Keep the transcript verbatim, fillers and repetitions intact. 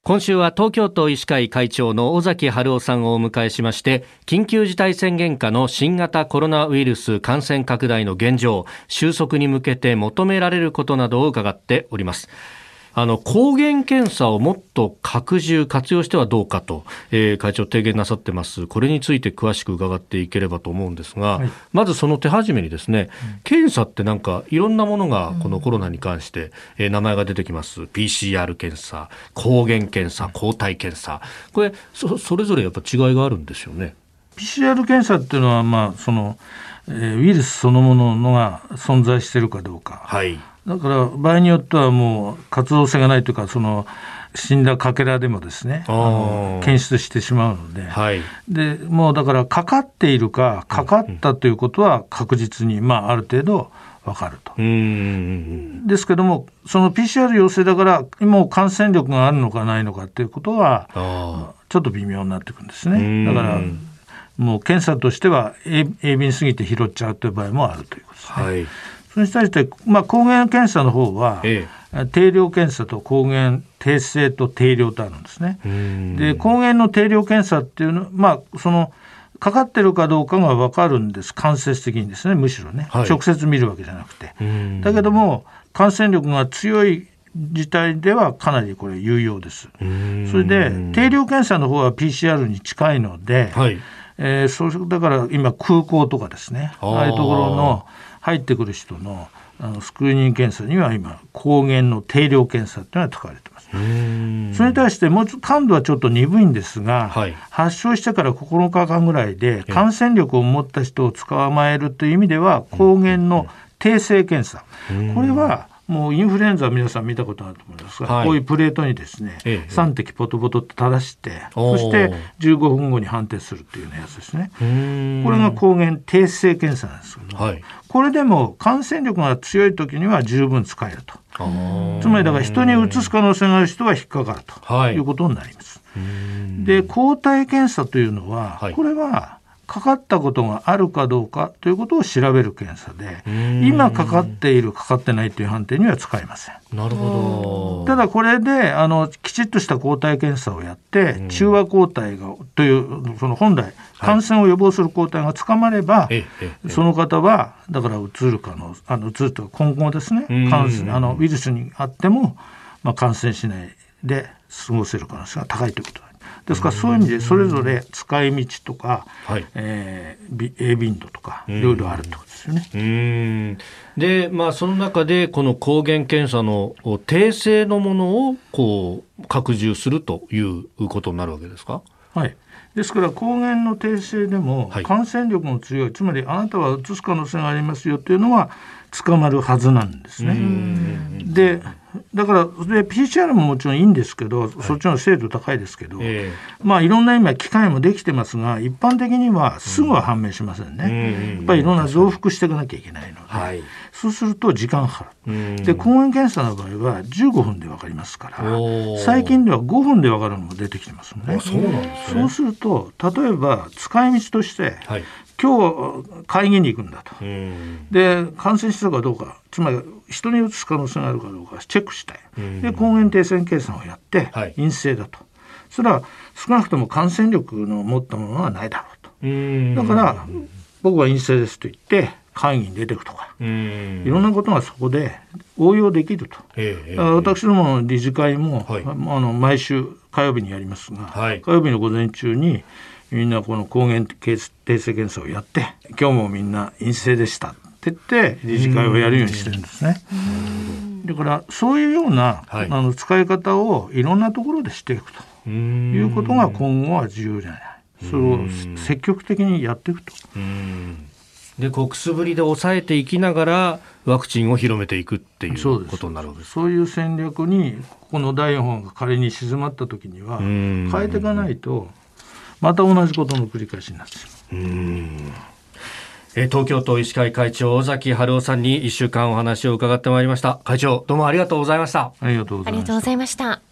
今週は東京都医師会会長の尾崎治夫さんをお迎えしまして、緊急事態宣言下の新型コロナウイルス感染拡大の現状、収束に向けて求められることなどを伺っております。あの抗原検査をもっと拡充活用してはどうかと、えー、会長提言なさってます。これについて詳しく伺っていければと思うんですが、はい、まずその手始めにですね、うん、検査ってなんかいろんなものがこのコロナに関して、うんえー、名前が出てきます。 ピーシーアール 検査、抗原検査、抗体検査、これ そ, それぞれやっぱ違いがあるんですよね。 ピーシーアール 検査っていうのは、まあそのえー、ウイルスそのもののが存在しているかどうか、はい、だから場合によってはもう活動性がないというか、その死んだかけらでもですね、あの検出してしまうので、はい、でもうだからかかっているかかかったということは確実に、まあ、ある程度分かると。うーんですけども、その ピーシーアール 陽性だからもう感染力があるのかないのかということはちょっと微妙になってくるんですね。だからもう検査としては鋭敏すぎて拾っちゃうという場合もあるということですね。はい、それに対して、まあ、抗原検査の方は、ええ、定量検査と抗原定性と定量とあるんですね。で抗原の定量検査っていうのは、まあ、そのかかってるかどうかが分かるんです。間接的にですね、むしろね、はい、直接見るわけじゃなくて、だけども感染力が強い事態ではかなりこれ有用です。それで定量検査の方は ピーシーアール に近いので、はいえー、そうだから今空港とかですね、ああいうところの入ってくる人の、あのスクリーニング検査には今抗原の定量検査というのが使われています。それに対してもうちょっと感度はちょっと鈍いんですが、はい、発症してからここのかかんぐらいで感染力を持った人を捕まえるという意味では抗原の定性検査、これはもうインフルエンザは皆さん見たことあると思いますが、はい、こういうプレートにですね、ええ、さん滴ポトポトと垂らして、そしてじゅうごふんごに判定するっていうようなやつですね。これが抗原定性検査なんですけど、はい、これでも感染力が強い時には十分使えると。つまりだから人にうつす可能性がある人は引っかかるということになります。はい、で抗体検査というのは、はい、これはかかったことがあるかどうかということを調べる検査で、今かかっているかかってないという判定には使えません。 なるほど。 ただこれであのきちっとした抗体検査をやって、中和抗体がというその本来感染を予防する抗体が捕まれば、はい、その方はだからうつるかのあのうつるというか今後ですね、感染あのウイルスにあっても、まあ、感染しないで過ごせる可能性が高いということですから、そういう意味でそれぞれ使い道とか、はいえー、鋭敏度とかいろいろあるってことですよね。 うーんで、まあ、その中でこの抗原検査の定性のものをこう拡充するということになるわけですか。 はい、ですから抗原の定性でも感染力の強い、はい、つまりあなたはうつす可能性がありますよというのは捕まるはずなんですね。でだからで ピーシーアール ももちろんいいんですけど、はい、そっちの精度高いですけど、えー、まあいろんな今機械もできてますが、一般的にはすぐは判明しませんね。やっぱりいろんな増幅していかなきゃいけないので、はい、そうすると時間かかる。で抗原検査の場合はじゅうごふんで分かりますから、最近ではごふんで分かるのも出てきてますね。 そうなんですね。 そうすると例えば使い道として、はい、今日会議に行くんだと。で感染したかどうか、つまり人にうつす可能性があるかどうかチェックしたい。で抗原定性検査をやって、はい、陰性だと。それは少なくとも感染力の持ったものはないだろうと。うだから僕は陰性ですと言って会議に出てくとか、いろんなことがそこで応用できると。えー、私どもの理事会も、はい、あの毎週火曜日にやりますが、はい、火曜日の午前中にみんなこの抗原定性検査をやって、今日もみんな陰性でしたって言って理事会をやるようにしてるんですね。だからそういうような、はい、あの使い方をいろんなところでしていくということが今後は重要じゃない。それを積極的にやっていくと。 でこうくすぶりで抑えていきながらワクチンを広めていくっていうことになるわけです。 そういう戦略にここのだいよん波が仮に静まった時には変えていかないとまた同じことの繰り返しになってしまう。うーんえ東京都医師会会長尾崎治夫さんにいっしゅうかんお話を伺ってまいりました。会長どうもありがとうございました。 ありがとうございました。